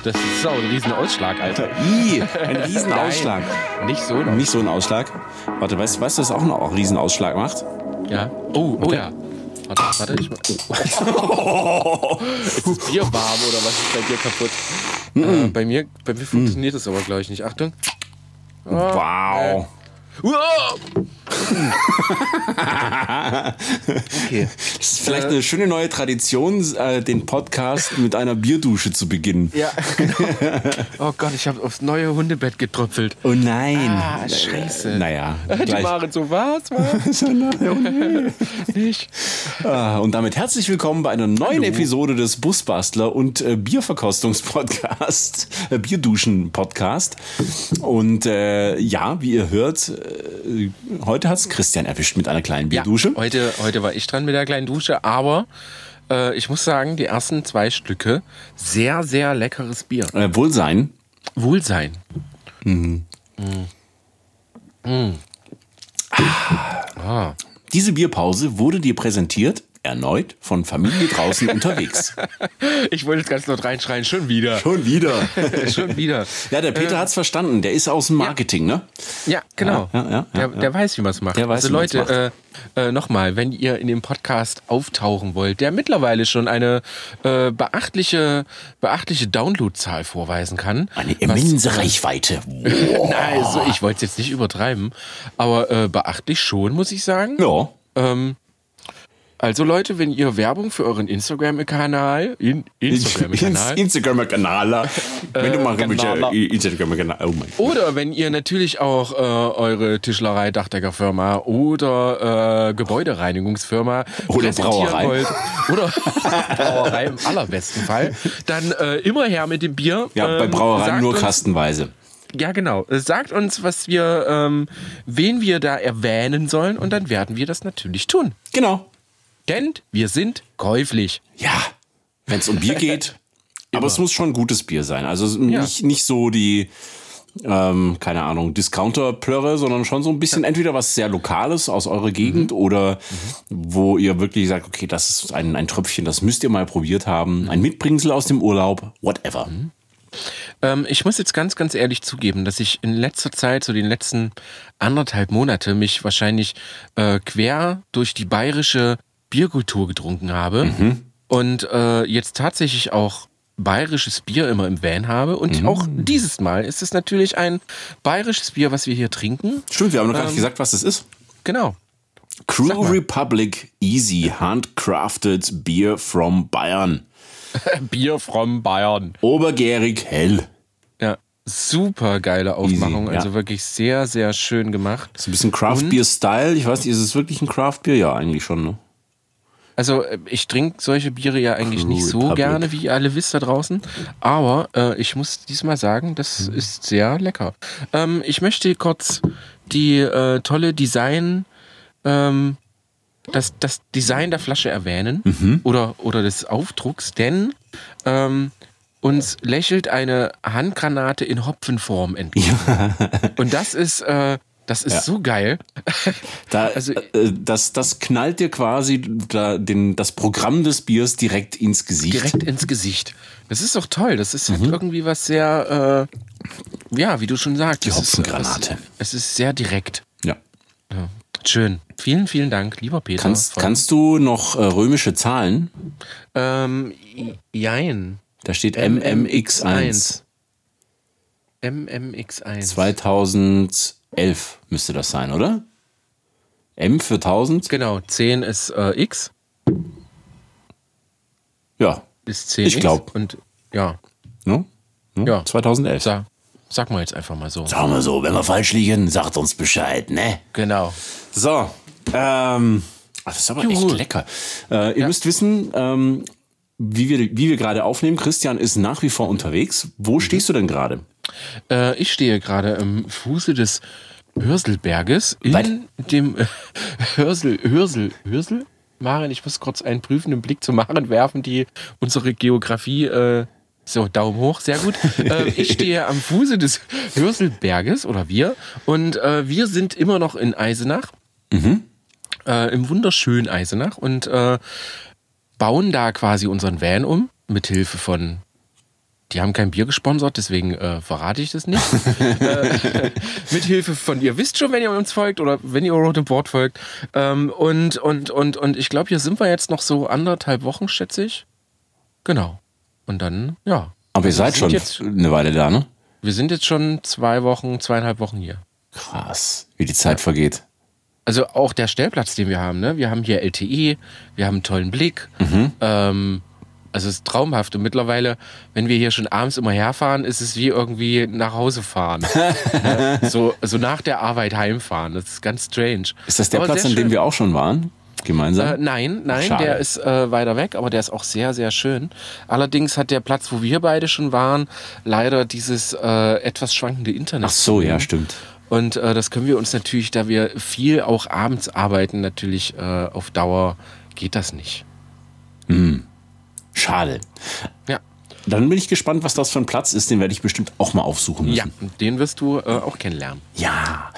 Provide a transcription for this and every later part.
das ist auch ein riesen Ausschlag, Alter. Ein riesen Ausschlag. Nicht so ein Nicht so ein Ausschlag. Warte, weißt du, was auch noch einen riesen Ausschlag macht? Ja. Oh ja. Warte, ich mal. Oh. Ist das Bier warm oder was ist bei dir kaputt? Bei mir funktioniert das aber, glaube ich, nicht. Achtung. Oh, Wow. Okay. Das ist vielleicht eine schöne neue Tradition, den Podcast mit einer Bierdusche zu beginnen. Ja, genau. Oh Gott, ich habe aufs neue Hundebett getröpfelt. Oh nein. Ah, scheiße. Naja. Die Maren so, was? Nicht. Und damit herzlich willkommen bei einer neuen Episode des Busbastler und Bierverkostungspodcast, Bierduschen-Podcast. Und ja, wie ihr hört, heute hat es Christian erwischt mit einer kleinen Bierdusche. Ja, heute war ich dran mit der kleinen Dusche, aber ich muss sagen, die ersten 2 Stücke, sehr, sehr leckeres Bier. Wohlsein. Wohlsein. Diese Bierpause wurde dir präsentiert, erneut von Familie draußen unterwegs. Ich wollte jetzt ganz laut reinschreien, schon wieder. Schon wieder. Schon wieder. Ja, der Peter hat's verstanden. Der ist aus dem Marketing, ne? Ja, genau. Der weiß, wie man es macht. Der weiß, also Leute, nochmal, wenn ihr in dem Podcast auftauchen wollt, der mittlerweile schon eine beachtliche Downloadzahl vorweisen kann. Eine immense Reichweite. Wow. Nein, also ich wollte es jetzt nicht übertreiben, aber beachtlich schon, muss ich sagen. Ja. Also Leute, wenn ihr Werbung für euren Instagram-Kanal, Instagram-Kanal. Wenn du mal Instagram-Kanal. Oh mein Gott. Oder wenn ihr natürlich auch eure Tischlerei, Dachdeckerfirma oder Gebäudereinigungsfirma oder Brauerei wollt, oder Brauerei im allerbesten Fall, dann immer her mit dem Bier. Ja, bei Brauereien nur kastenweise. Ja, genau. Sagt uns, wen wir da erwähnen sollen und dann werden wir das natürlich tun. Genau. Denn wir sind käuflich. Ja, wenn es um Bier geht. Aber es muss schon gutes Bier sein. Also nicht so die, keine Ahnung, Discounter-Plörre, sondern schon so ein bisschen entweder was sehr Lokales aus eurer Gegend oder wo ihr wirklich sagt, okay, das ist ein Tröpfchen, das müsst ihr mal probiert haben. Ein Mitbringsel aus dem Urlaub, whatever. Ich muss jetzt ganz, ganz ehrlich zugeben, dass ich in letzter Zeit, so den letzten 1,5 Monate, mich wahrscheinlich quer durch die bayerische Bierkultur getrunken habe und jetzt tatsächlich auch bayerisches Bier immer im Van habe. Und auch dieses Mal ist es natürlich ein bayerisches Bier, was wir hier trinken. Stimmt, wir haben noch gar nicht gesagt, was das ist. Genau. Crew Republic Easy Handcrafted Beer from Bayern. Bier from Bayern. Obergärig hell. Ja, super geile Aufmachung. Easy, also wirklich sehr, sehr schön gemacht. So ein bisschen Craft Beer Style. Ich weiß nicht, ist es wirklich ein Craft Beer? Ja, eigentlich schon, ne? Also ich trinke solche Biere ja eigentlich nicht so gerne, wie ihr alle wisst da draußen. Aber ich muss diesmal sagen, das ist sehr lecker. Ich möchte kurz die tolle Design, das Design der Flasche erwähnen oder des Aufdrucks, denn uns lächelt eine Handgranate in Hopfenform entgegen. Ja. Und das ist so geil. Das knallt dir quasi das Programm des Biers direkt ins Gesicht. Direkt ins Gesicht. Das ist doch toll. Das ist halt irgendwie was sehr, wie du schon sagst. Die Hopfengranate. Es ist sehr direkt. Ja. Schön. Vielen, vielen Dank, lieber Peter. Kannst du noch römische Zahlen? Jein. Da steht MMX1. MMX1. 2011 müsste das sein, oder? M für 1000? Genau, 10 ist X. Ja. Ist 10 ich glaube. Und ja. No? Ja. 2011. Sag mal jetzt einfach mal so. Sagen wir so, wenn wir falsch liegen, sagt uns Bescheid, ne? Genau. So, das ist aber echt lecker. Ihr müsst wissen, wie wir gerade aufnehmen. Christian ist nach wie vor unterwegs. Wo stehst du denn gerade? Ich stehe gerade am Fuße des Hörselberges in dem Hörsel? Maren, ich muss kurz einen prüfenden Blick zu Maren werfen, die unsere Geografie, so, Daumen hoch, sehr gut. Ich stehe am Fuße des Hörselberges, oder wir, und wir sind immer noch in Eisenach, im wunderschönen Eisenach und bauen da quasi unseren Van um, mit Hilfe von Die haben kein Bier gesponsert, deswegen verrate ich das nicht. Mit Hilfe von ihr wisst schon, wenn ihr uns folgt oder wenn ihr Road and Board folgt. Und ich glaube, hier sind wir jetzt noch so 1,5 Wochen, schätze ich. Genau. Und dann, ja. Aber ihr seid schon jetzt eine Weile da, ne? Wir sind jetzt schon 2,5 Wochen hier. Krass, wie die Zeit vergeht. Also auch der Stellplatz, den wir haben, ne? Wir haben hier LTE, wir haben einen tollen Blick. Also es ist traumhaft. Und mittlerweile, wenn wir hier schon abends immer herfahren, ist es wie irgendwie nach Hause fahren. so nach der Arbeit heimfahren. Das ist ganz strange. Ist das der Platz, an dem wir auch schon waren? Gemeinsam? Nein, der ist weiter weg, aber der ist auch sehr, sehr schön. Allerdings hat der Platz, wo wir beide schon waren, leider dieses etwas schwankende Internet. Ach so, ja, stimmt. Und das können wir uns natürlich, da wir viel auch abends arbeiten, natürlich auf Dauer geht das nicht. Schade. Ja. Dann bin ich gespannt, was das für ein Platz ist. Den werde ich bestimmt auch mal aufsuchen müssen. Ja, den wirst du auch kennenlernen. Ja.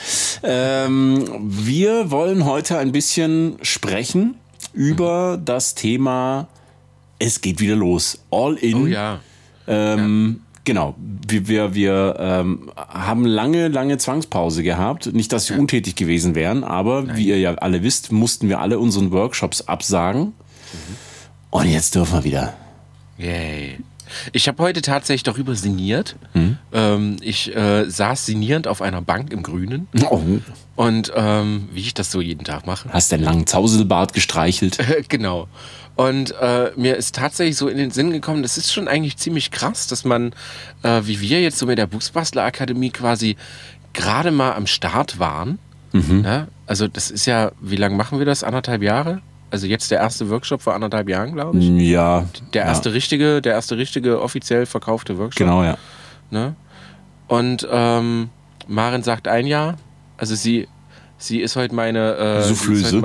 Wir wollen heute ein bisschen sprechen über das Thema es geht wieder los. All in. Oh ja. Genau. Wir haben lange Zwangspause gehabt. Nicht, dass wir untätig gewesen wären, aber wie ihr ja alle wisst, mussten wir alle unseren Workshops absagen. Und jetzt dürfen wir wieder. Yay. Ich habe heute tatsächlich darüber sinniert. Ich saß sinnierend auf einer Bank im Grünen. Oh. Und wie ich das so jeden Tag mache. Hast den langen Zauselbart gestreichelt. Genau. Und mir ist tatsächlich so in den Sinn gekommen, das ist schon eigentlich ziemlich krass, dass man, wie wir jetzt so mit der Buchsbastler-Akademie quasi gerade mal am Start waren. Ja? Also das ist ja, wie lange machen wir das? 1,5 Jahre? Also jetzt der erste Workshop vor 1,5 Jahren, glaube ich. Ja. Der erste richtige offiziell verkaufte Workshop. Genau, ja. Ne? Und Maren sagt 1 Jahr. Also sie ist heute meine Soufflöse.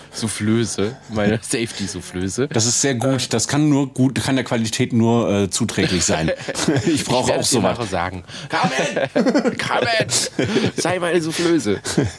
Meine Safety-Soufflöse. Das ist sehr gut. Das kann der Qualität nur zuträglich sein. Ich brauche auch sowas. Ich sagen, Carmen, sei meine Soufflöse.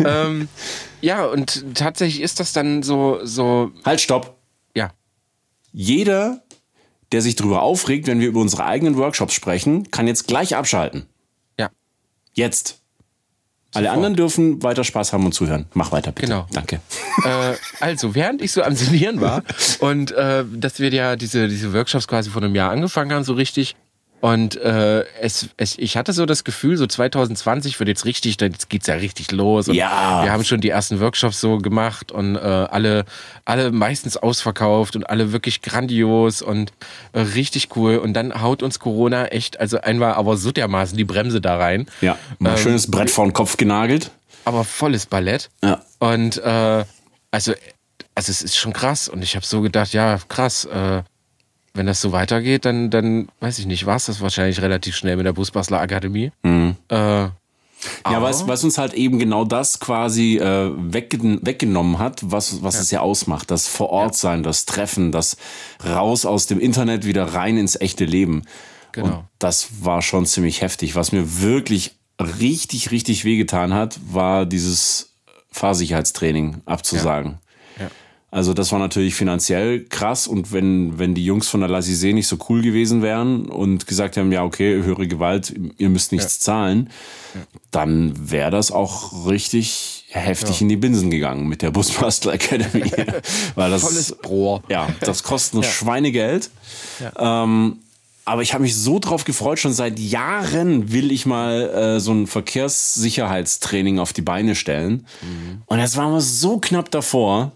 Ja, und tatsächlich ist das dann so. Halt, stopp. Ja. Jeder, der sich darüber aufregt, wenn wir über unsere eigenen Workshops sprechen, kann jetzt gleich abschalten. Ja. Jetzt. Alle anderen dürfen weiter Spaß haben und zuhören. Mach weiter, bitte. Genau. Danke. Also, während ich so am Sinnieren war und dass wir ja diese Workshops quasi vor einem Jahr angefangen haben, so richtig. Und ich hatte so das Gefühl, so 2020 wird jetzt geht's ja richtig los. Und ja. Wir haben schon die ersten Workshops so gemacht und alle meistens ausverkauft und alle wirklich grandios und richtig cool. Und dann haut uns Corona echt, also einmal aber so dermaßen die Bremse da rein. Ja, mal schönes Brett vor den Kopf genagelt. Aber volles Ballett. Ja. Und also es ist schon krass. Und ich habe so gedacht, ja, krass, wenn das so weitergeht, dann weiß ich nicht, war es das wahrscheinlich relativ schnell mit der Buchsbastler Akademie. Ja, was uns halt eben genau das quasi weggenommen hat, was es ja ausmacht. Das Vor-Ort-Sein, das Treffen, das raus aus dem Internet wieder rein ins echte Leben. Genau. Und das war schon ziemlich heftig. Was mir wirklich richtig wehgetan hat, war dieses Fahrsicherheitstraining abzusagen. Ja. Also das war natürlich finanziell krass und wenn die Jungs von der Lassisee nicht so cool gewesen wären und gesagt haben, ja okay, höhere Gewalt, ihr müsst nichts zahlen, dann wäre das auch richtig heftig in die Binsen gegangen mit der Buchsbastler Academy. Weil das, volles Rohr. Ja, das kostet ein Schweinegeld. Ja. Aber ich habe mich so drauf gefreut, schon seit Jahren will ich mal so ein Verkehrssicherheitstraining auf die Beine stellen. Und jetzt waren wir so knapp davor.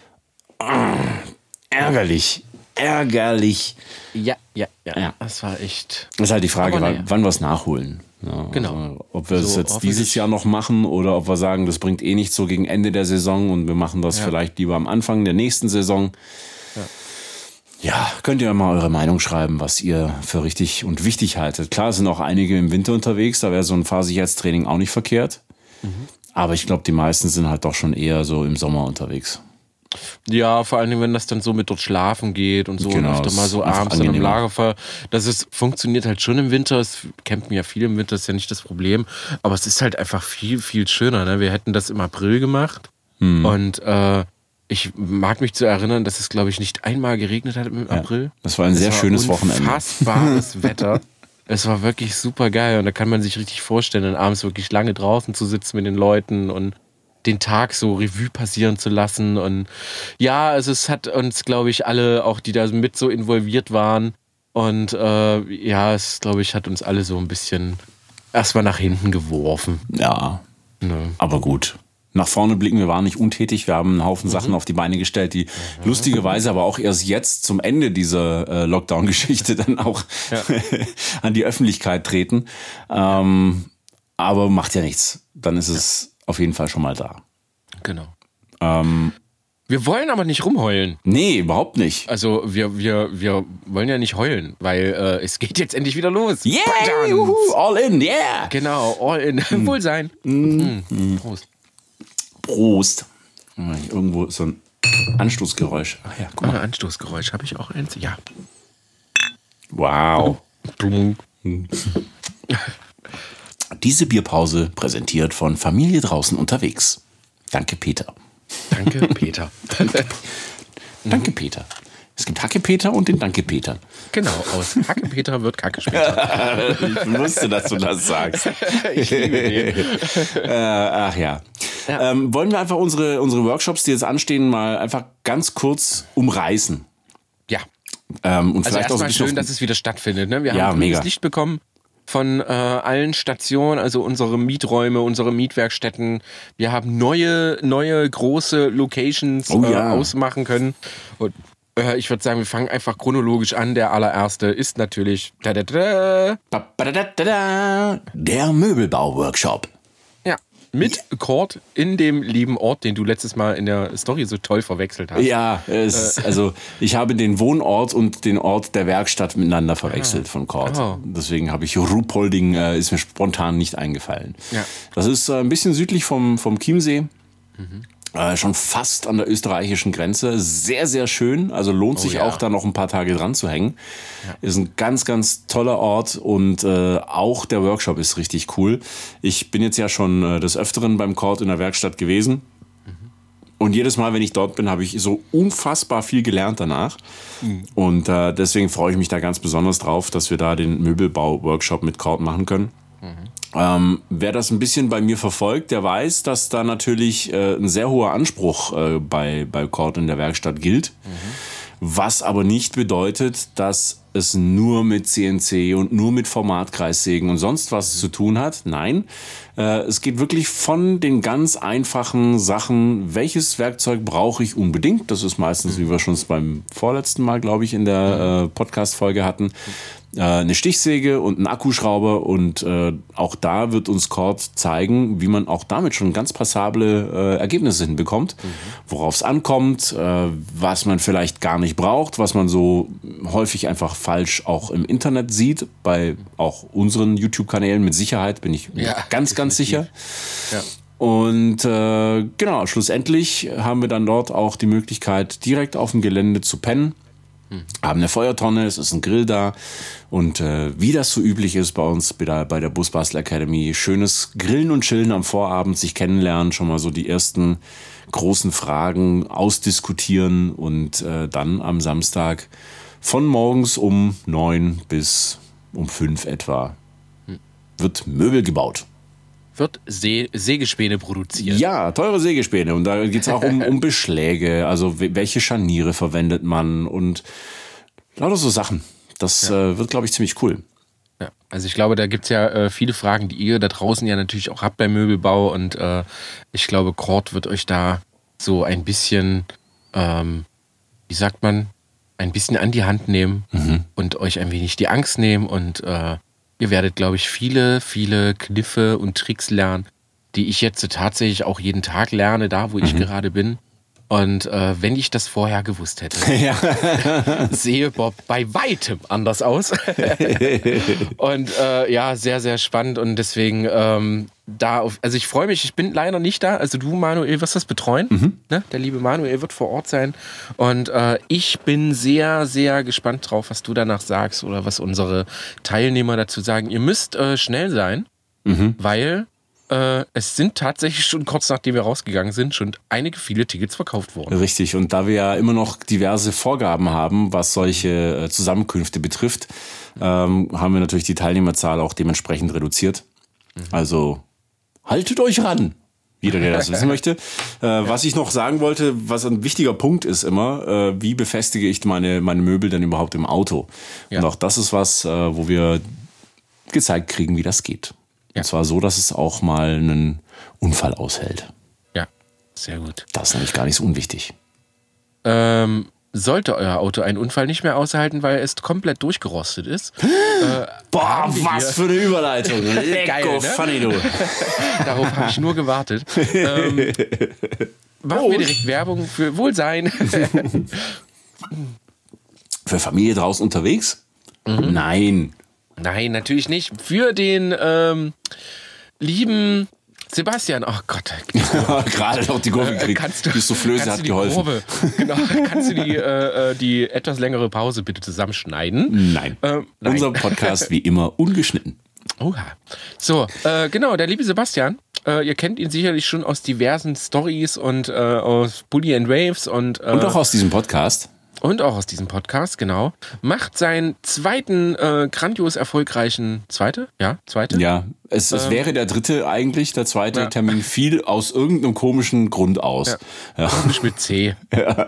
Ärgerlich. Ja. Das war echt. Das ist halt die Frage, wann wir es nachholen. Ja, genau. Also, ob wir es jetzt dieses Jahr noch machen oder ob wir sagen, das bringt eh nicht so gegen Ende der Saison und wir machen das vielleicht lieber am Anfang der nächsten Saison. Ja, könnt ihr mal eure Meinung schreiben, was ihr für richtig und wichtig haltet. Klar, es sind auch einige im Winter unterwegs, da wäre so ein Fahrsicherheitstraining auch nicht verkehrt. Aber ich glaube, die meisten sind halt doch schon eher so im Sommer unterwegs. Ja, vor allen Dingen, wenn das dann so mit dort schlafen geht und so genau, und öfter mal so abends dann im Lagerfeuer. Funktioniert halt schon im Winter. Es campen ja viele im Winter, ist ja nicht das Problem. Aber es ist halt einfach viel schöner. Ne? Wir hätten das im April gemacht. Und ich mag mich zu erinnern, dass es, glaube ich, nicht einmal geregnet hat im April. Das war ein sehr schönes Wochenende. Unfassbares Wetter. Es war wirklich super geil und da kann man sich richtig vorstellen, dann abends wirklich lange draußen zu sitzen mit den Leuten und den Tag so Revue passieren zu lassen. Und ja, also es hat uns, glaube ich, alle, auch die da mit so involviert waren, und es, glaube ich, hat uns alle so ein bisschen erstmal nach hinten geworfen. Ja, aber gut. Nach vorne blicken, wir waren nicht untätig, wir haben einen Haufen Sachen auf die Beine gestellt, die lustigerweise aber auch erst jetzt zum Ende dieser Lockdown-Geschichte dann auch an die Öffentlichkeit treten. Aber macht ja nichts. Dann ist es auf jeden Fall schon mal da. Genau. Wir wollen aber nicht rumheulen. Nee, überhaupt nicht. Also wir wollen ja nicht heulen, weil es geht jetzt endlich wieder los. Yeah, all in, yeah. Genau, all in. Wohlsein. Prost. Prost. Irgendwo ist so ein Anstoßgeräusch. Ach ja, guck mal. Anstoßgeräusch, habe ich auch eins? Ja. Wow. Diese Bierpause präsentiert von Familie draußen unterwegs. Danke, Peter. Danke, Peter. Danke, Peter. Es gibt Hacke-Peter und den Danke-Peter. Genau, aus Hacke-Peter wird Kacke-Peter. Ich wusste, dass du das sagst. Ich liebe den. Ach ja. Wollen wir einfach unsere Workshops, die jetzt anstehen, mal einfach ganz kurz umreißen? Ja. Und also vielleicht auch so ein schön, dass es wieder stattfindet. Ne? Wir haben mega grünes Licht bekommen von allen Stationen, also unsere Mieträume, unsere Mietwerkstätten. Wir haben neue große Locations ausmachen können. Und ich würde sagen, wir fangen einfach chronologisch an. Der allererste ist natürlich der Möbelbau-Workshop. Ja, mit Kord in dem lieben Ort, den du letztes Mal in der Story so toll verwechselt hast. Ja, also ich habe den Wohnort und den Ort der Werkstatt miteinander verwechselt von Kord. Oh. Deswegen habe ich Ruhpolding, ist mir spontan nicht eingefallen. Ja. Das ist ein bisschen südlich vom Chiemsee. Schon fast an der österreichischen Grenze. Sehr, sehr schön. Also lohnt sich auch, da noch ein paar Tage dran zu hängen. Ja. Ist ein ganz, ganz toller Ort und auch der Workshop ist richtig cool. Ich bin jetzt ja schon des Öfteren beim Kord in der Werkstatt gewesen. Und jedes Mal, wenn ich dort bin, habe ich so unfassbar viel gelernt danach. Und deswegen freue ich mich da ganz besonders drauf, dass wir da den Möbelbau-Workshop mit Kord machen können. Wer das ein bisschen bei mir verfolgt, der weiß, dass da natürlich ein sehr hoher Anspruch bei Kord in der Werkstatt gilt. Was aber nicht bedeutet, dass es nur mit CNC und nur mit Formatkreissägen und sonst was zu tun hat. Nein, es geht wirklich von den ganz einfachen Sachen, welches Werkzeug brauche ich unbedingt. Das ist meistens, wie wir schon beim vorletzten Mal, glaube ich, in der Podcast-Folge hatten, eine Stichsäge und ein Akkuschrauber. Und auch da wird uns Kord zeigen, wie man auch damit schon ganz passable Ergebnisse hinbekommt, worauf es ankommt, was man vielleicht gar nicht braucht, was man so häufig einfach falsch auch im Internet sieht, bei auch unseren YouTube-Kanälen mit Sicherheit, bin ich ganz, ganz sicher. Ja. Und genau, schlussendlich haben wir dann dort auch die Möglichkeit, direkt auf dem Gelände zu pennen. Haben eine Feuertonne, es ist ein Grill da und wie das so üblich ist bei uns bei der Busbastel Academy, schönes Grillen und Chillen am Vorabend, sich kennenlernen, schon mal so die ersten großen Fragen ausdiskutieren und dann am Samstag von morgens um 9 bis um 5 etwa wird Möbel gebaut. Wird Sägespäne produziert. Ja, teure Sägespäne. Und da geht es auch um Beschläge, also welche Scharniere verwendet man und lauter so Sachen. Das wird, glaube ich, ziemlich cool. Ja, also ich glaube, da gibt es ja viele Fragen, die ihr da draußen ja natürlich auch habt beim Möbelbau. Und ich glaube, Kord wird euch da so ein bisschen, wie sagt man, ein bisschen an die Hand nehmen und euch ein wenig die Angst nehmen und ihr werdet, glaube ich, viele, viele Kniffe und Tricks lernen, die ich jetzt tatsächlich auch jeden Tag lerne, da wo ich gerade bin. Und wenn ich das vorher gewusst hätte, sehe Bob bei weitem anders aus. Und sehr, sehr spannend. Und deswegen also ich freue mich, ich bin leider nicht da. Also du, Manuel, wirst das betreuen. Ne? Der liebe Manuel wird vor Ort sein. Und ich bin sehr, sehr gespannt drauf, was du danach sagst oder was unsere Teilnehmer dazu sagen. Ihr müsst schnell sein, weil es sind tatsächlich schon kurz nachdem wir rausgegangen sind, schon viele Tickets verkauft worden. Richtig, und da wir ja immer noch diverse Vorgaben haben, was solche Zusammenkünfte betrifft, haben wir natürlich die Teilnehmerzahl auch dementsprechend reduziert. Also haltet euch ran, jeder, der das wissen möchte. Was ich noch sagen wollte, was ein wichtiger Punkt ist immer, wie befestige ich meine Möbel denn überhaupt im Auto? Ja. Und auch das ist was, wo wir gezeigt kriegen, wie das geht. Ja. Und zwar so, dass es auch mal einen Unfall aushält. Ja, sehr gut. Das ist nämlich gar nicht so unwichtig. Sollte euer Auto einen Unfall nicht mehr aushalten, weil es komplett durchgerostet ist. Boah, was für eine Überleitung. Lecko, ne? Funny, du. Darauf habe ich nur gewartet. Machen wir direkt Werbung für Wohlsein. Für Familie draußen unterwegs? Nein. Nein, natürlich nicht. Für den lieben Sebastian, oh Gott. Gerade noch die Kurve gekriegt. Die Soufflöse hat geholfen. Genau, kannst du die etwas längere Pause bitte zusammenschneiden? Nein. Unser Podcast wie immer ungeschnitten. Oha. So, genau, der liebe Sebastian, ihr kennt ihn sicherlich schon aus diversen Stories und aus Bully and Waves und auch aus diesem Podcast. Und auch aus diesem Podcast, genau. Macht seinen zweiten grandios erfolgreichen... Zweite? Ja, es wäre der dritte eigentlich. Der zweite Termin fiel aus irgendeinem komischen Grund aus. Ja. Komisch mit C. Ja.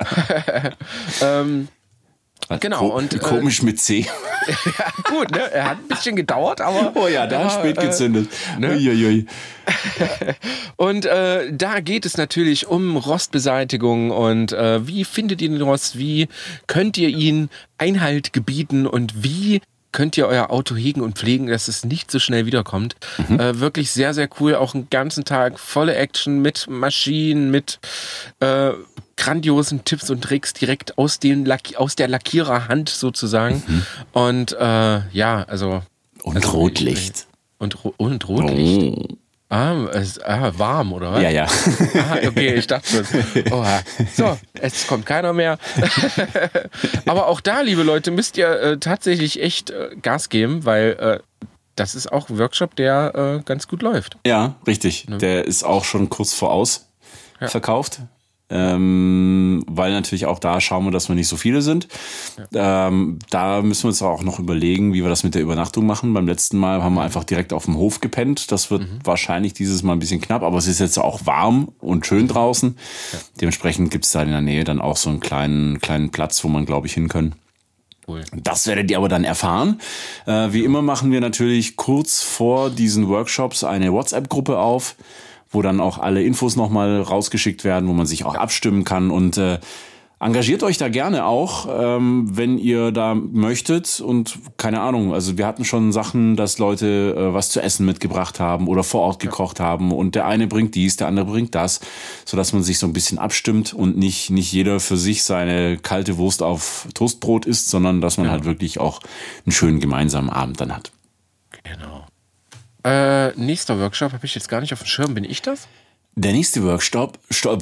Genau. Und komisch mit C. Ja, gut, ne? Er hat ein bisschen gedauert, aber... Oh ja, der hat spät gezündet. Ne? Uiuiui. Und da geht es natürlich um Rostbeseitigung und wie findet ihr den Rost, wie könnt ihr ihn Einhalt gebieten und wie könnt ihr euer Auto hegen und pflegen, dass es nicht so schnell wiederkommt. Wirklich sehr, sehr cool. Auch einen ganzen Tag volle Action mit Maschinen, mit grandiosen Tipps und Tricks direkt aus der Lackiererhand sozusagen. Und also... Und Rotlicht. Und Rotlicht. Oh. Warm, oder was? Ja. Okay, ich dachte schon. Oha. So, es kommt keiner mehr. Aber auch da, liebe Leute, müsst ihr tatsächlich echt Gas geben, weil das ist auch ein Workshop, der ganz gut läuft. Ja, richtig. Ne? Der ist auch schon kurz voraus verkauft. Weil natürlich auch da schauen wir, dass wir nicht so viele sind. Ja. Da müssen wir uns auch noch überlegen, wie wir das mit der Übernachtung machen. Beim letzten Mal haben wir einfach direkt auf dem Hof gepennt. Das wird wahrscheinlich dieses Mal ein bisschen knapp, aber es ist jetzt auch warm und schön draußen. Ja. Dementsprechend gibt es da in der Nähe dann auch so einen kleinen Platz, wo man, glaube ich, hin können. Cool. Das werdet ihr aber dann erfahren. Wie immer machen wir natürlich kurz vor diesen Workshops eine WhatsApp-Gruppe auf, wo dann auch alle Infos nochmal rausgeschickt werden, wo man sich auch abstimmen kann. Und engagiert euch da gerne auch, wenn ihr da möchtet. Und keine Ahnung, also wir hatten schon Sachen, dass Leute was zu essen mitgebracht haben oder vor Ort gekocht haben. Und der eine bringt dies, der andere bringt das, sodass man sich so ein bisschen abstimmt und nicht jeder für sich seine kalte Wurst auf Toastbrot isst, sondern dass man halt wirklich auch einen schönen gemeinsamen Abend dann hat. Genau. Nächster Workshop habe ich jetzt gar nicht auf dem Schirm. Bin ich das? Der nächste Workshop sind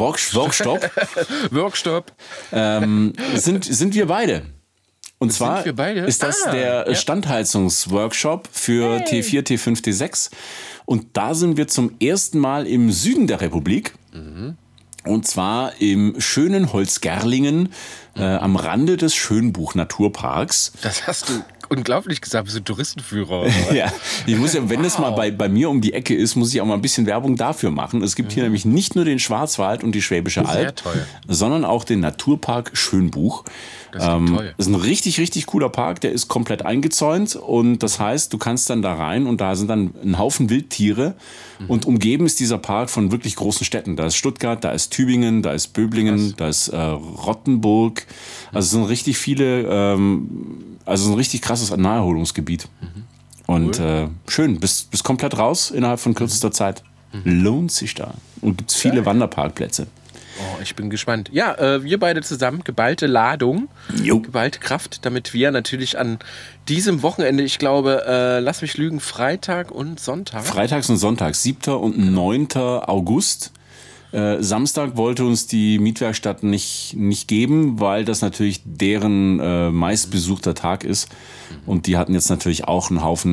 wir beide. Und zwar ist das der Standheizungsworkshop für T4, T5, T6. Und da sind wir zum ersten Mal im Süden der Republik. Und zwar im schönen Holzgerlingen am Rande des Schönbuch Naturparks. Das hast du unglaublich gesagt, bist du Touristenführer. Ja, ich muss ja, wenn das mal bei mir um die Ecke ist, muss ich auch mal ein bisschen Werbung dafür machen. Es gibt hier nämlich nicht nur den Schwarzwald und die Schwäbische Alb, sondern auch den Naturpark Schönbuch. Das ist toll. Das ist ein richtig, richtig cooler Park, der ist komplett eingezäunt und das heißt, du kannst dann da rein und da sind dann ein Haufen Wildtiere und umgeben ist dieser Park von wirklich großen Städten. Da ist Stuttgart, da ist Tübingen, da ist Böblingen, da ist Rottenburg. Also es sind richtig viele, ein richtig krasses Naherholungsgebiet. Und schön, bist komplett raus innerhalb von kürzester Zeit. Lohnt sich da. Und gibt es viele Wanderparkplätze. Oh, ich bin gespannt. Ja, wir beide zusammen, geballte Ladung, geballte Kraft, damit wir natürlich an diesem Wochenende, ich glaube, lass mich lügen, Freitag und Sonntag. Freitags und Sonntags, 7. und 9. August. Samstag wollte uns die Mietwerkstatt nicht geben, weil das natürlich deren meistbesuchter Tag ist. Und die hatten jetzt natürlich auch einen Haufen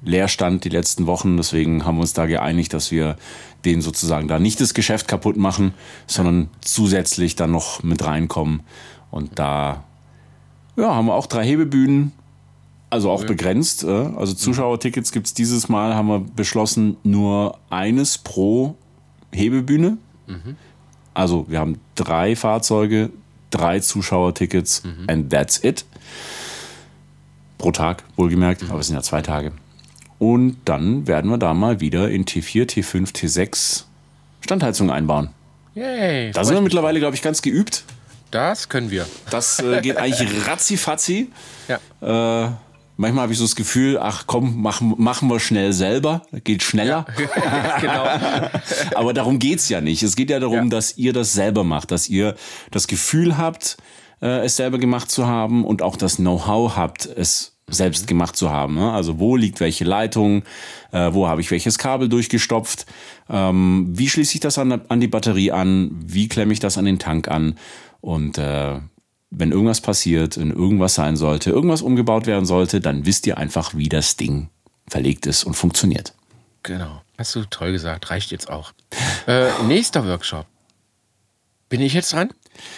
leer stand die letzten Wochen. Deswegen haben wir uns da geeinigt, dass wir denen sozusagen da nicht das Geschäft kaputt machen, sondern zusätzlich dann noch mit reinkommen. Und da haben wir auch 3 Hebebühnen, also auch begrenzt. Also Zuschauertickets gibt es dieses Mal, haben wir beschlossen, nur eines pro Hebebühne. Also wir haben 3 Fahrzeuge, 3 Zuschauertickets and that's it. Pro Tag, wohlgemerkt, aber es sind ja 2 Tage. Und dann werden wir da mal wieder in T4, T5, T6 Standheizung einbauen. Yay, da sind wir mittlerweile, glaube ich, ganz geübt. Das können wir. Das geht eigentlich ratzifatzi. Ja. Manchmal habe ich so das Gefühl, ach komm, machen wir schnell selber. Geht schneller. Ja. Genau. Aber darum geht's ja nicht. Es geht ja darum, dass ihr das selber macht. Dass ihr das Gefühl habt, es selber gemacht zu haben und auch das Know-how habt, es selbst gemacht zu haben. Also wo liegt welche Leitung, wo habe ich welches Kabel durchgestopft, wie schließe ich das an die Batterie an, wie klemme ich das an den Tank an und wenn irgendwas passiert, wenn irgendwas sein sollte, irgendwas umgebaut werden sollte, dann wisst ihr einfach, wie das Ding verlegt ist und funktioniert. Genau, hast du toll gesagt, reicht jetzt auch. Nächster Workshop. Bin ich jetzt dran?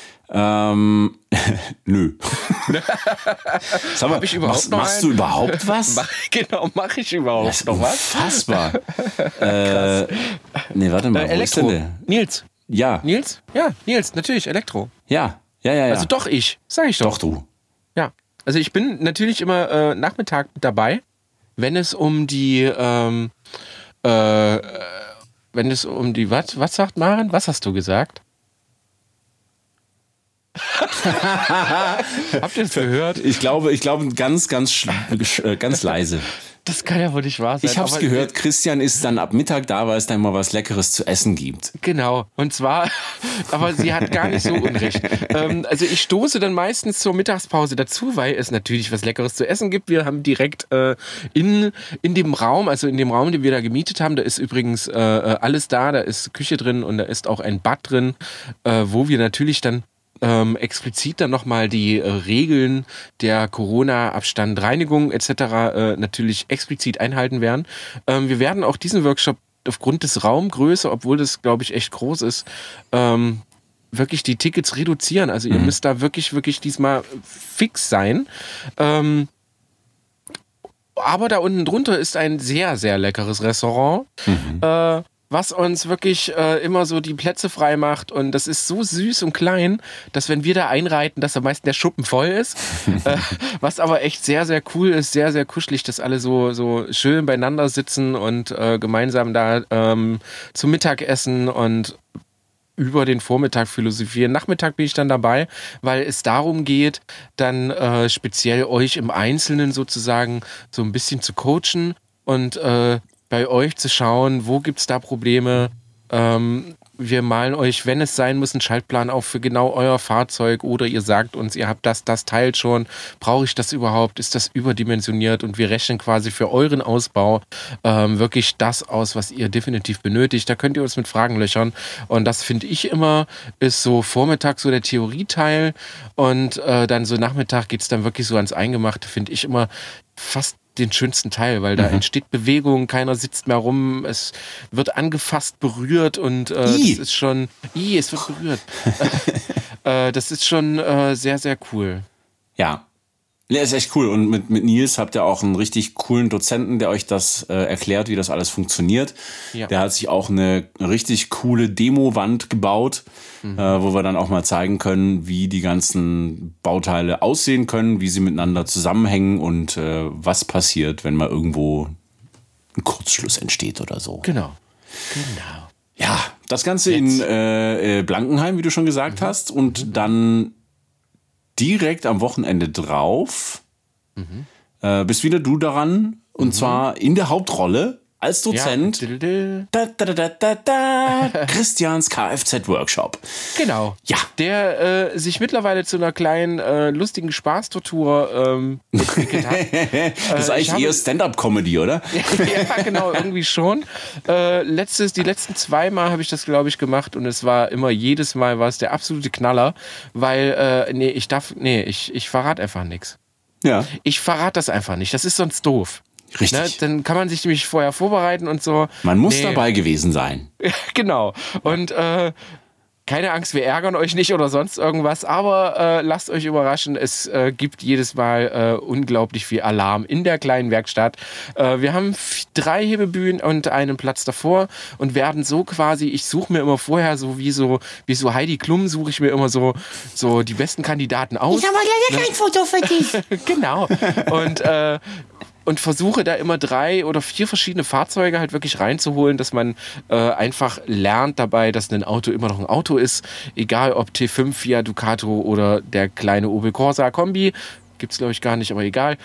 Nö. Sag mal, machst du überhaupt was? Mache ich überhaupt noch was? Unfassbar. Nee, warte mal. Elektro. Nils. Ja. Nils? Ja, Nils, natürlich, Elektro. Ja. Also doch sag ich doch. Doch du. Ja, also ich bin natürlich immer Nachmittag mit dabei, wenn es um die, was sagt Maren? Was hast du gesagt? Habt ihr es gehört? Ich glaube, ganz leise. Das kann ja wohl nicht wahr sein. Ich hab's gehört, Christian ist dann ab Mittag da, weil es dann mal was Leckeres zu essen gibt. Genau, und zwar, aber sie hat gar nicht so unrecht. Also ich stoße dann meistens zur Mittagspause dazu, weil es natürlich was Leckeres zu essen gibt. Wir haben direkt in dem Raum, also in dem Raum, den wir da gemietet haben, da ist übrigens alles da ist Küche drin und da ist auch ein Bad drin, wo wir natürlich dann explizit dann nochmal die Regeln der Corona-Abstand, Reinigung etc. Natürlich explizit einhalten werden. Wir werden auch diesen Workshop aufgrund des Raumgröße, obwohl das, glaube ich, echt groß ist, wirklich die Tickets reduzieren. Also ihr müsst da wirklich diesmal fix sein. Aber da unten drunter ist ein sehr, sehr leckeres Restaurant. Was uns wirklich immer so die Plätze frei macht. Und das ist so süß und klein, dass wenn wir da einreiten, dass am meisten der Schuppen voll ist. Was aber echt sehr, sehr cool ist, sehr, sehr kuschelig, dass alle so schön beieinander sitzen und gemeinsam da zum Mittagessen und über den Vormittag philosophieren. Nachmittag bin ich dann dabei, weil es darum geht, dann speziell euch im Einzelnen sozusagen so ein bisschen zu coachen und bei euch zu schauen, wo gibt es da Probleme. Wir malen euch, wenn es sein muss, einen Schaltplan auf für genau euer Fahrzeug oder ihr sagt uns, ihr habt das Teil schon, brauche ich das überhaupt, ist das überdimensioniert und wir rechnen quasi für euren Ausbau wirklich das aus, was ihr definitiv benötigt. Da könnt ihr uns mit Fragen löchern und das finde ich immer, ist so Vormittag so der Theorieteil und dann so Nachmittag geht es dann wirklich so ans Eingemachte, finde ich immer fast den schönsten Teil, weil da entsteht Bewegung, keiner sitzt mehr rum, es wird angefasst, berührt und das ist schon, es wird berührt. Das ist schon sehr, sehr cool. Ja. Ja, ist echt cool. Und mit Nils habt ihr auch einen richtig coolen Dozenten, der euch das erklärt, wie das alles funktioniert. Ja. Der hat sich auch eine richtig coole Demo-Wand gebaut, wo wir dann auch mal zeigen können, wie die ganzen Bauteile aussehen können, wie sie miteinander zusammenhängen und was passiert, wenn mal irgendwo ein Kurzschluss entsteht oder so. Genau. Ja, das Ganze jetzt in Blankenheim, wie du schon gesagt hast. Und dann direkt am Wochenende drauf bist wieder du daran. Und zwar in der Hauptrolle als Dozent. Christians Kfz-Workshop. Genau. Ja. Der sich mittlerweile zu einer kleinen, lustigen Spaßtortur entwickelt hat. Das ist eigentlich eher Stand-up-Comedy, oder? Ja, genau, irgendwie schon. Die letzten 2 Mal habe ich das, glaube ich, gemacht und es war immer, jedes Mal war es der absolute Knaller, weil, ich verrate einfach nichts. Ja. Ich verrate das einfach nicht, das ist sonst doof. Richtig. Ne, dann kann man sich nämlich vorher vorbereiten und so. Man muss dabei gewesen sein. Genau. Und keine Angst, wir ärgern euch nicht oder sonst irgendwas, aber lasst euch überraschen, es gibt jedes Mal unglaublich viel Alarm in der kleinen Werkstatt. Wir haben 3 Hebebühnen und einen Platz davor und werden so quasi, ich suche mir immer vorher wie so Heidi Klum, suche ich mir immer so die besten Kandidaten aus. Ich habe leider kein Foto für dich. Genau. Und versuche da immer 3 oder 4 verschiedene Fahrzeuge halt wirklich reinzuholen, dass man einfach lernt dabei, dass ein Auto immer noch ein Auto ist. Egal ob T5, Fiat Ducato oder der kleine Opel Corsa Kombi. Gibt's, glaube ich, gar nicht, aber egal.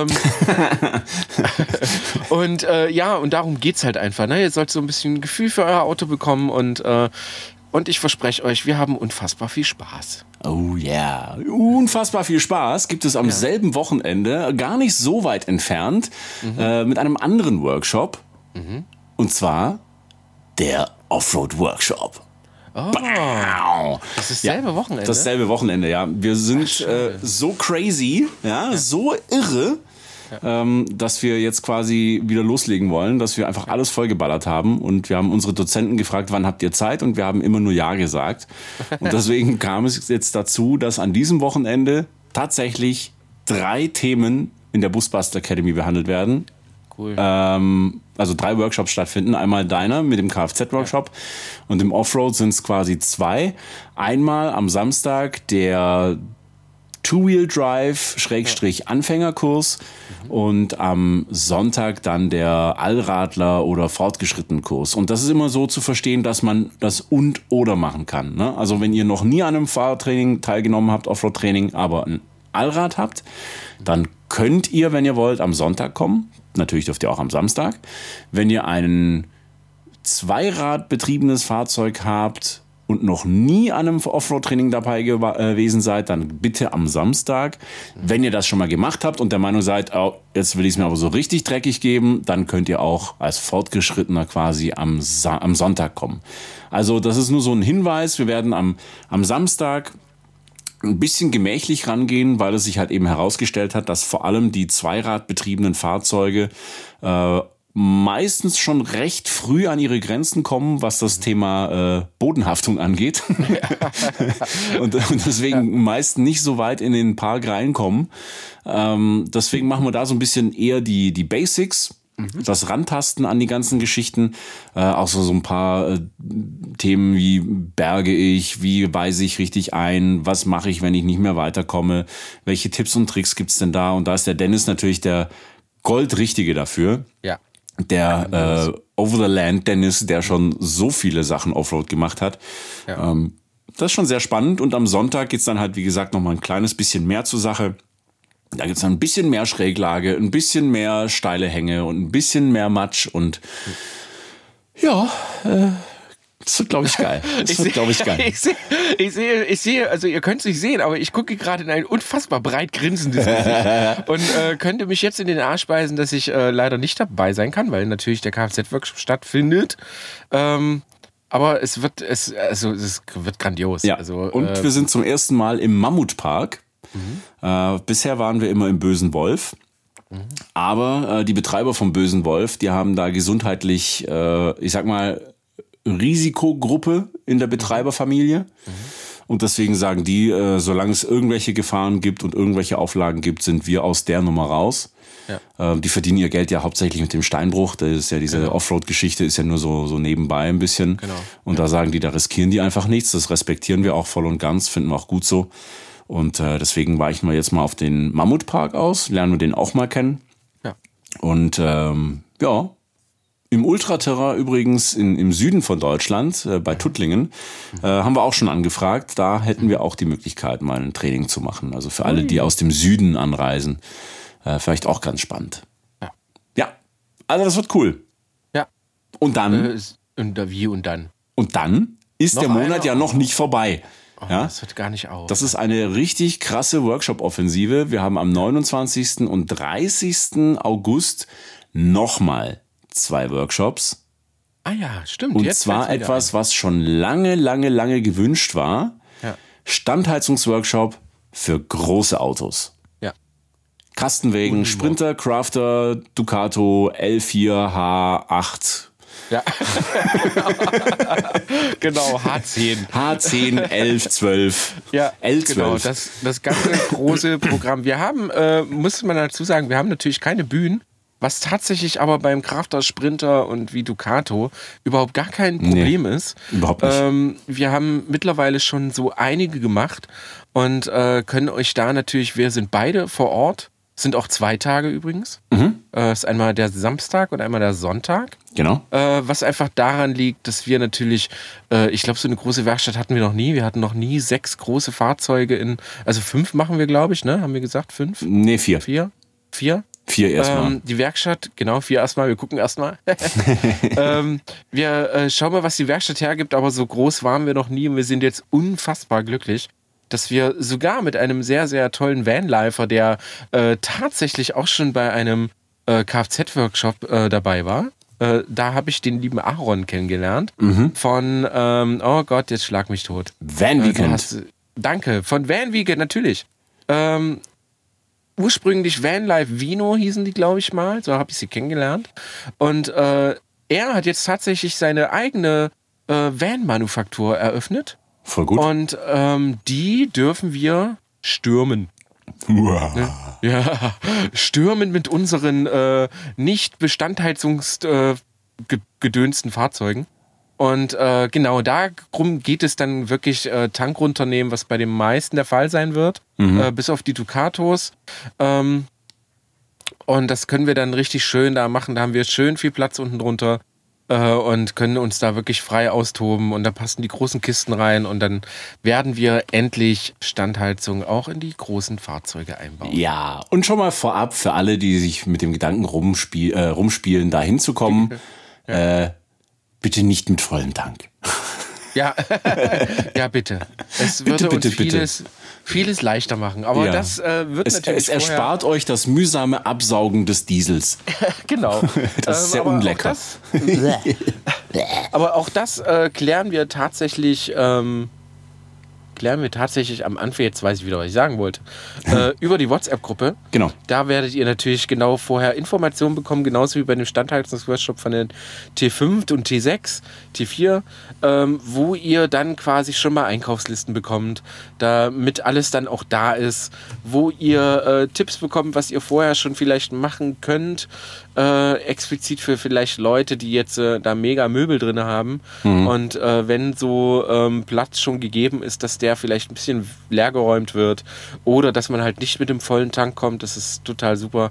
Und darum geht's halt einfach. Ne? Ihr sollt so ein bisschen ein Gefühl für euer Auto bekommen und ich verspreche euch, wir haben unfassbar viel Spaß. Oh yeah. Unfassbar viel Spaß gibt es am selben Wochenende, gar nicht so weit entfernt, mit einem anderen Workshop. Und zwar der Offroad-Workshop. Oh, das ist dasselbe Wochenende? Dasselbe Wochenende, ja. Wir sind so crazy, so irre, dass wir jetzt quasi wieder loslegen wollen, dass wir einfach alles vollgeballert haben und wir haben unsere Dozenten gefragt, wann habt ihr Zeit, und wir haben immer nur Ja gesagt. Und deswegen kam es jetzt dazu, dass an diesem Wochenende tatsächlich 3 Themen in der Busbuster Academy behandelt werden. Cool. Also 3 Workshops stattfinden. Einmal deiner mit dem Kfz-Workshop und im Offroad sind es quasi 2. Einmal am Samstag der Two-Wheel-Drive-Anfängerkurs und am Sonntag dann der Allradler- oder Fortgeschrittenenkurs. Und das ist immer so zu verstehen, dass man das und/oder machen kann. Ne? Also wenn ihr noch nie an einem Fahrradtraining teilgenommen habt, Offroad-Training, aber ein Allrad habt, dann könnt ihr, wenn ihr wollt, am Sonntag kommen. Natürlich dürft ihr auch am Samstag. Wenn ihr ein zweiradbetriebenes Fahrzeug habt und noch nie an einem Offroad-Training dabei gewesen seid, dann bitte am Samstag. Wenn ihr das schon mal gemacht habt und der Meinung seid, oh, jetzt will ich es mir aber so richtig dreckig geben, dann könnt ihr auch als Fortgeschrittener quasi am Sonntag kommen. Also das ist nur so ein Hinweis. Wir werden am Samstag ein bisschen gemächlich rangehen, weil es sich halt eben herausgestellt hat, dass vor allem die zweiradbetriebenen Fahrzeuge meistens schon recht früh an ihre Grenzen kommen, was das Thema Bodenhaftung angeht. und deswegen meist nicht so weit in den Park reinkommen. Deswegen machen wir da so ein bisschen eher die Basics. Das Rantasten an die ganzen Geschichten, auch so ein paar Themen wie berge ich, wie weise ich richtig ein, was mache ich, wenn ich nicht mehr weiterkomme, welche Tipps und Tricks gibt's denn da? Und da ist der Dennis natürlich der Goldrichtige dafür. Ja. Der Over-the-Land Dennis, der schon so viele Sachen Offroad gemacht hat. Ja. Das ist schon sehr spannend. Und am Sonntag geht's dann halt, wie gesagt, noch mal ein kleines bisschen mehr zur Sache. Da gibt's dann ein bisschen mehr Schräglage, ein bisschen mehr steile Hänge und ein bisschen mehr Matsch und das wird, glaube ich, geil. Ich sehe, also ihr könnt es nicht sehen, aber ich gucke gerade in ein unfassbar breit grinsendes Gesicht und könnte mich jetzt in den Arsch beißen, dass ich leider nicht dabei sein kann, weil natürlich der Kfz-Workshop stattfindet. Aber es wird grandios. Ja. Also, und wir sind zum ersten Mal im Mammutpark. Bisher waren wir immer im Bösen Wolf. Aber die Betreiber vom Bösen Wolf, die haben da gesundheitlich, ich sag mal, Risikogruppe in der Betreiberfamilie. Und deswegen sagen die, solange es irgendwelche Gefahren gibt und irgendwelche Auflagen gibt, sind wir aus der Nummer raus. Ja. Die verdienen ihr Geld ja hauptsächlich mit dem Steinbruch. Das ist ja diese Offroad-Geschichte, ist ja nur so nebenbei ein bisschen. Genau. Und da sagen die, da riskieren die einfach nichts. Das respektieren wir auch voll und ganz, finden wir auch gut so. Und deswegen weichen wir jetzt mal auf den Mammutpark aus, lernen wir den auch mal kennen. Ja. Und im Ultraterrain übrigens im Süden von Deutschland, bei Tuttlingen, haben wir auch schon angefragt. Da hätten wir auch die Möglichkeit, mal ein Training zu machen. Also für alle, die aus dem Süden anreisen, vielleicht auch ganz spannend. Ja, also das wird cool. Ja. Und dann? Und dann? Und dann ist noch der Monat ja noch nicht vorbei. Oh, ja? Das hört gar nicht auf. Das ist eine richtig krasse Workshop-Offensive. Wir haben am 29. und 30. August nochmal 2 Workshops. Ah ja, stimmt. Und jetzt zwar etwas, was schon lange gewünscht war. Ja. Standheizungsworkshop für große Autos. Ja. Kastenwägen, Sprinter, Crafter, Ducato, L4, H8. Ja. Genau, H10. H10, 11, 12, Ja, L12. genau, das ganze große Programm. Wir haben, muss man dazu sagen, wir haben natürlich keine Bühnen, was tatsächlich aber beim Crafter, Sprinter und wie Ducato überhaupt gar kein Problem ist. Überhaupt nicht. Wir haben mittlerweile schon so einige gemacht und können euch da natürlich, wir sind beide vor Ort, sind auch 2 Tage übrigens. Ist einmal der Samstag und einmal der Sonntag. Genau. Was einfach daran liegt, dass wir natürlich, ich glaube, so eine große Werkstatt hatten wir noch nie. Wir hatten noch nie 6 große Fahrzeuge also 5 machen wir, glaube ich, ne? Haben wir gesagt, 5? Nee, 4. 4? 4? 4 erstmal. Die Werkstatt, genau, 4 erstmal. Wir gucken erstmal. Wir schauen mal, was die Werkstatt hergibt, aber so groß waren wir noch nie und wir sind jetzt unfassbar glücklich, dass wir sogar mit einem sehr, sehr tollen Vanlifer, der tatsächlich auch schon bei einem Kfz-Workshop dabei war. Da habe ich den lieben Aaron kennengelernt von, oh Gott, jetzt schlag mich tot. Van Weekend. Danke, von Van Weekend, natürlich. Ursprünglich Vanlife Vino hießen die, glaube ich mal. So habe ich sie kennengelernt. Und er hat jetzt tatsächlich seine eigene Van-Manufaktur eröffnet. Voll gut. Und die dürfen wir stürmen. Ja, stürmen mit unseren nicht bestandheizungsgedönsten Fahrzeugen. Und genau darum geht es dann wirklich Tank runternehmen, was bei den meisten der Fall sein wird, bis auf die Ducatos. Und das können wir dann richtig schön da machen. Da haben wir schön viel Platz unten drunter und können uns da wirklich frei austoben. Und da passen die großen Kisten rein und dann werden wir endlich Standheizung auch in die großen Fahrzeuge einbauen. Ja, und schon mal vorab für alle, die sich mit dem Gedanken rumspielen, da hinzukommen, bitte nicht mit vollem Tank. Ja, ja bitte. Es würde uns vieles leichter machen. Aber das wird natürlich es erspart euch das mühsame Absaugen des Diesels. Genau. Das ist sehr unlecker. Aber auch das klären wir tatsächlich am Anfang, jetzt weiß ich wieder, was ich sagen wollte, über die WhatsApp-Gruppe. Genau. Da werdet ihr natürlich genau vorher Informationen bekommen, genauso wie bei dem Standheizungsworkshop von den T5 und T6, T4, wo ihr dann quasi schon mal Einkaufslisten bekommt, damit alles dann auch da ist, wo ihr Tipps bekommt, was ihr vorher schon vielleicht machen könnt, explizit für vielleicht Leute, die jetzt da mega Möbel drin haben und wenn so Platz schon gegeben ist, dass der vielleicht ein bisschen leergeräumt wird oder dass man halt nicht mit dem vollen Tank kommt, das ist total super.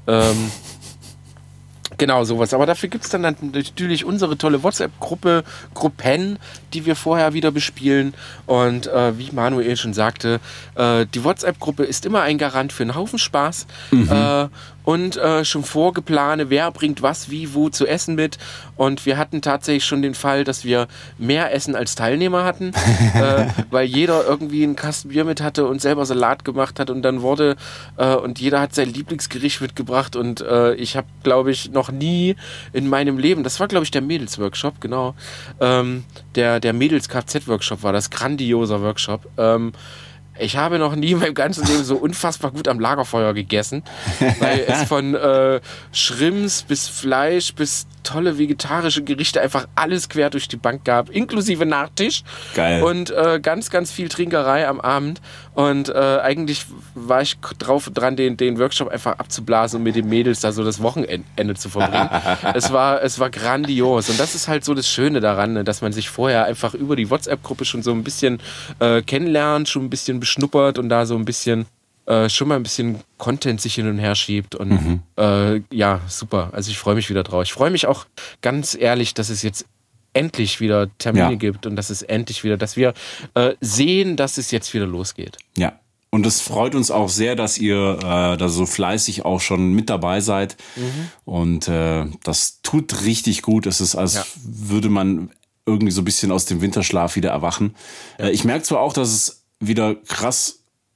Genau, sowas. Aber dafür gibt es dann natürlich unsere tolle Gruppen, die wir vorher wieder bespielen. Und wie Manuel schon sagte, die WhatsApp-Gruppe ist immer ein Garant für einen Haufen Spaß. Und schon vorgeplane, wer bringt was, wie, wo zu essen mit. Und wir hatten tatsächlich schon den Fall, dass wir mehr Essen als Teilnehmer hatten, weil jeder irgendwie einen Kasten Bier mit hatte und selber Salat gemacht hat und dann und jeder hat sein Lieblingsgericht mitgebracht und ich habe, glaube ich, noch nie in meinem Leben, das war, glaube ich, der Mädels-Workshop, genau, der Mädels-Kfz-Workshop war das, grandioser Workshop. Ich habe noch nie in meinem ganzen Leben so unfassbar gut am Lagerfeuer gegessen, weil es von Shrimps bis Fleisch bis tolle vegetarische Gerichte einfach alles quer durch die Bank gab, inklusive Nachtisch. Geil. Und ganz, ganz viel Trinkerei am Abend. Und eigentlich war ich drauf und dran, den Workshop einfach abzublasen und mit den Mädels da so das Wochenende zu verbringen. Es war grandios. Und das ist halt so das Schöne daran, ne, dass man sich vorher einfach über die WhatsApp-Gruppe schon so ein bisschen kennenlernt, schon ein bisschen beschnuppert und da so ein bisschen schon mal ein bisschen Content sich hin und her schiebt und ja, super. Also ich freue mich wieder drauf. Ich freue mich auch ganz ehrlich, dass es jetzt endlich wieder Termine gibt und dass es endlich wieder, dass wir sehen, dass es jetzt wieder losgeht. Ja. Und es freut uns auch sehr, dass ihr da so fleißig auch schon mit dabei seid. Und das tut richtig gut. Es ist, als würde man irgendwie so ein bisschen aus dem Winterschlaf wieder erwachen. Ich merke zwar auch, dass es wieder krass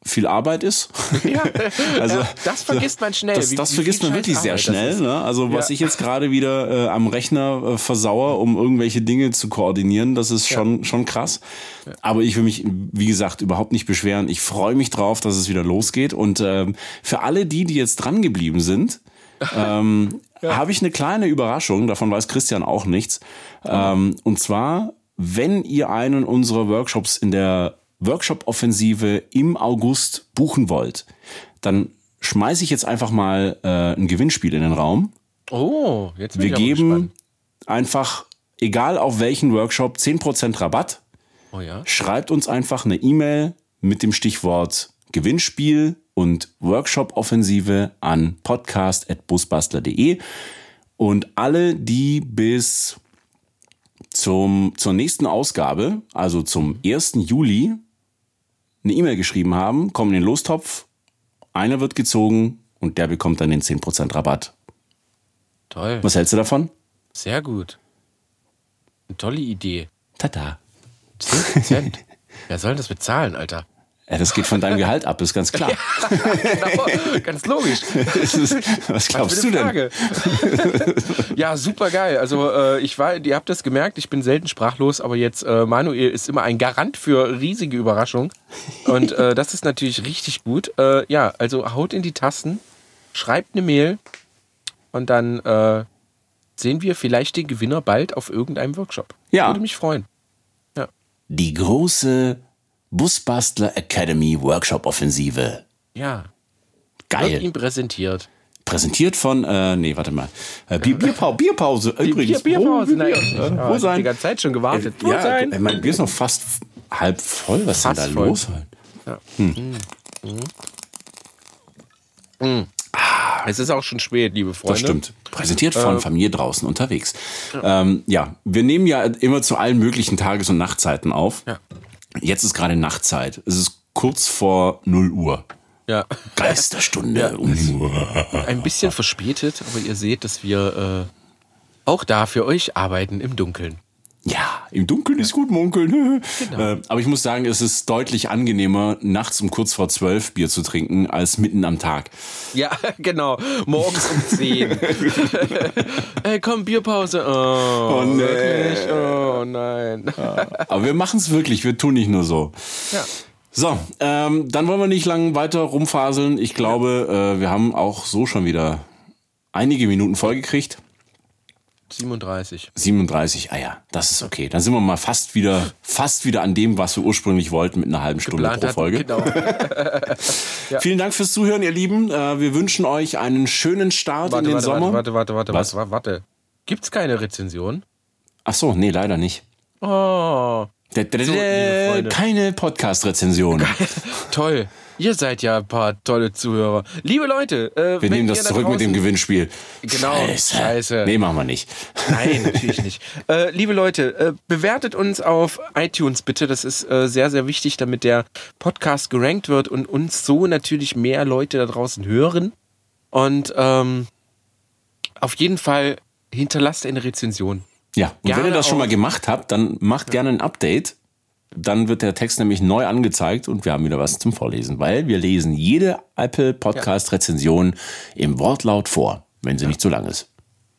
viel Arbeit ist. Ja, also, das vergisst man schnell. Das vergisst man wirklich sehr schnell. Ne? Also was ich jetzt gerade wieder am Rechner versauere, um irgendwelche Dinge zu koordinieren, das ist schon krass. Ja. Aber ich will mich, wie gesagt, überhaupt nicht beschweren. Ich freue mich drauf, dass es wieder losgeht. Und für alle die jetzt dran geblieben sind, habe ich eine kleine Überraschung. Davon weiß Christian auch nichts. Und zwar, wenn ihr einen unserer Workshops in der Workshop-Offensive im August buchen wollt, dann schmeiße ich jetzt einfach mal ein Gewinnspiel in den Raum. Oh, jetzt bin ich Wir geben gespannt. Einfach, egal auf welchen Workshop, 10% Rabatt. Oh ja. Schreibt uns einfach eine E-Mail mit dem Stichwort Gewinnspiel und Workshop-Offensive an podcast@busbastler.de. Und alle, die bis zur nächsten Ausgabe, also zum 1. Juli, eine E-Mail geschrieben haben, kommen in den Lostopf, einer wird gezogen und der bekommt dann den 10% Rabatt. Toll. Was hältst du davon? Sehr gut. Eine tolle Idee. Tada. 10%. Wer soll das bezahlen, Alter? Ja, das geht von deinem Gehalt ab, ist ganz klar. Genau, ganz logisch. Was glaubst du denn? Ja, super geil. Also ihr habt das gemerkt, ich bin selten sprachlos, aber jetzt Manuel ist immer ein Garant für riesige Überraschungen. Und das ist natürlich richtig gut. Ja, also haut in die Tasten, schreibt eine Mail und dann sehen wir vielleicht den Gewinner bald auf irgendeinem Workshop. Ja. Würde mich freuen. Ja. Die große Busbastler Academy Workshop Offensive. Ja. Geil. Wird ihm präsentiert. Präsentiert von, Bierpause. Übrigens. Bierpause. Wo sein? Die ganze Zeit schon gewartet. Ja, mein Bier ist noch fast halb voll. Was ist denn da los? Ja. Es ist auch schon spät, liebe Freunde. Das stimmt. Präsentiert von Familie draußen unterwegs. Ja, wir nehmen ja immer zu allen möglichen Tages- und Nachtzeiten auf. Ja. Jetzt ist gerade Nachtzeit. Es ist kurz vor 0 Uhr. Ja. Geisterstunde. Ein bisschen verspätet, aber ihr seht, dass wir auch da für euch arbeiten im Dunkeln. Ja, im Dunkeln ist gut munkeln. Genau. Aber ich muss sagen, es ist deutlich angenehmer, nachts um kurz vor 12 Bier zu trinken, als mitten am Tag. Ja, genau. Morgens um 10. Ey, komm, Bierpause. Oh nee. Wirklich? Oh nein. Aber wir machen es wirklich, wir tun nicht nur so. Ja. So, dann wollen wir nicht lang weiter rumfaseln. Ich glaube, wir haben auch so schon wieder einige Minuten vollgekriegt. 37. 37, ja, das ist okay. Dann sind wir mal fast wieder an dem, was wir ursprünglich wollten, mit einer halben Stunde Geplant pro Folge. Genau. Ja. Vielen Dank fürs Zuhören, ihr Lieben. Wir wünschen euch einen schönen Start in den Sommer. Warte. Gibt's keine Rezension? Ach so, nee, leider nicht. Oh. liebe Freunde. Keine Podcast-Rezension. Toll. Ihr seid ja ein paar tolle Zuhörer. Liebe Leute, wir nehmen das zurück mit dem Gewinnspiel. Genau, Scheiße. Nee, machen wir nicht. Nein, natürlich nicht. Liebe Leute, bewertet uns auf iTunes bitte. Das ist sehr, sehr wichtig, damit der Podcast gerankt wird und uns so natürlich mehr Leute da draußen hören. Und auf jeden Fall hinterlasst eine Rezension. Ja, und Gerne wenn ihr das schon auch. mal gemacht habt, dann macht gerne ein Update. Dann wird der Text nämlich neu angezeigt und wir haben wieder was zum Vorlesen, weil wir lesen jede Apple Podcast Rezension im Wortlaut vor, wenn sie nicht zu lang ist.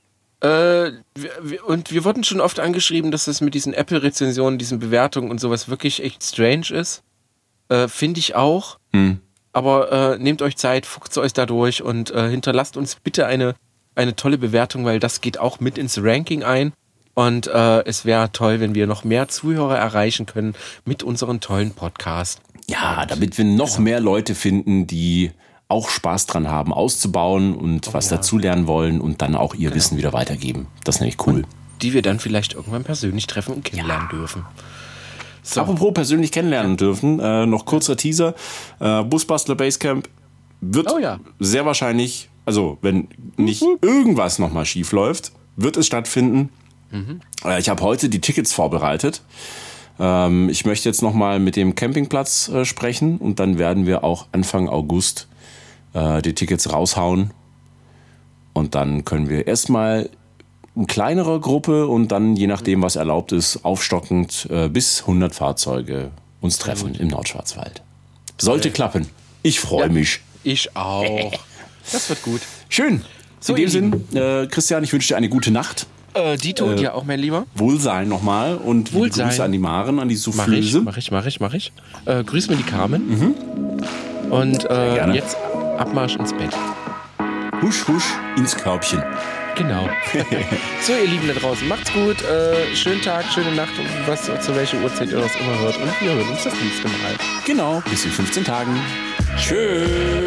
Und wir wurden schon oft angeschrieben, dass das mit diesen Apple-Rezensionen, diesen Bewertungen und sowas wirklich echt strange ist. Finde ich auch. Aber nehmt euch Zeit, fuchst euch da durch und hinterlasst uns bitte eine tolle Bewertung, weil das geht auch mit ins Ranking ein. Und es wäre toll, wenn wir noch mehr Zuhörer erreichen können mit unserem tollen Podcast. Ja, damit wir noch mehr Leute finden, die auch Spaß dran haben, auszubauen und was dazulernen wollen und dann auch ihr Wissen wieder weitergeben. Das ist nämlich cool. Und die wir dann vielleicht irgendwann persönlich treffen und kennenlernen dürfen. So. Apropos persönlich kennenlernen dürfen, noch kurzer Teaser. Busbastler Basecamp wird sehr wahrscheinlich, also wenn nicht irgendwas nochmal schief läuft, wird es stattfinden. Ich habe heute die Tickets vorbereitet. Ich möchte jetzt nochmal mit dem Campingplatz sprechen und dann werden wir auch Anfang August die Tickets raushauen. Und dann können wir erstmal in kleinerer Gruppe und dann, je nachdem, was erlaubt ist, aufstockend bis 100 Fahrzeuge uns treffen im Nordschwarzwald. Sollte klappen. Ich freue mich. Ich auch. Das wird gut. Schön. So, in dem Sinn, Christian, ich wünsche dir eine gute Nacht. Dito, dir auch, mein Lieber. Wohlsein nochmal und Wohlsein. Grüße an die Maren, an die Soufflöse. Mach ich. Grüß mir die Carmen. Und jetzt Abmarsch ins Bett. Husch, husch ins Körbchen. Genau. So, ihr Lieben da draußen, macht's gut. Schönen Tag, schöne Nacht und zu welcher Uhrzeit ihr das immer hört. Und wir hören uns das nächste Mal. Genau, bis in 15 Tagen. Tschüss.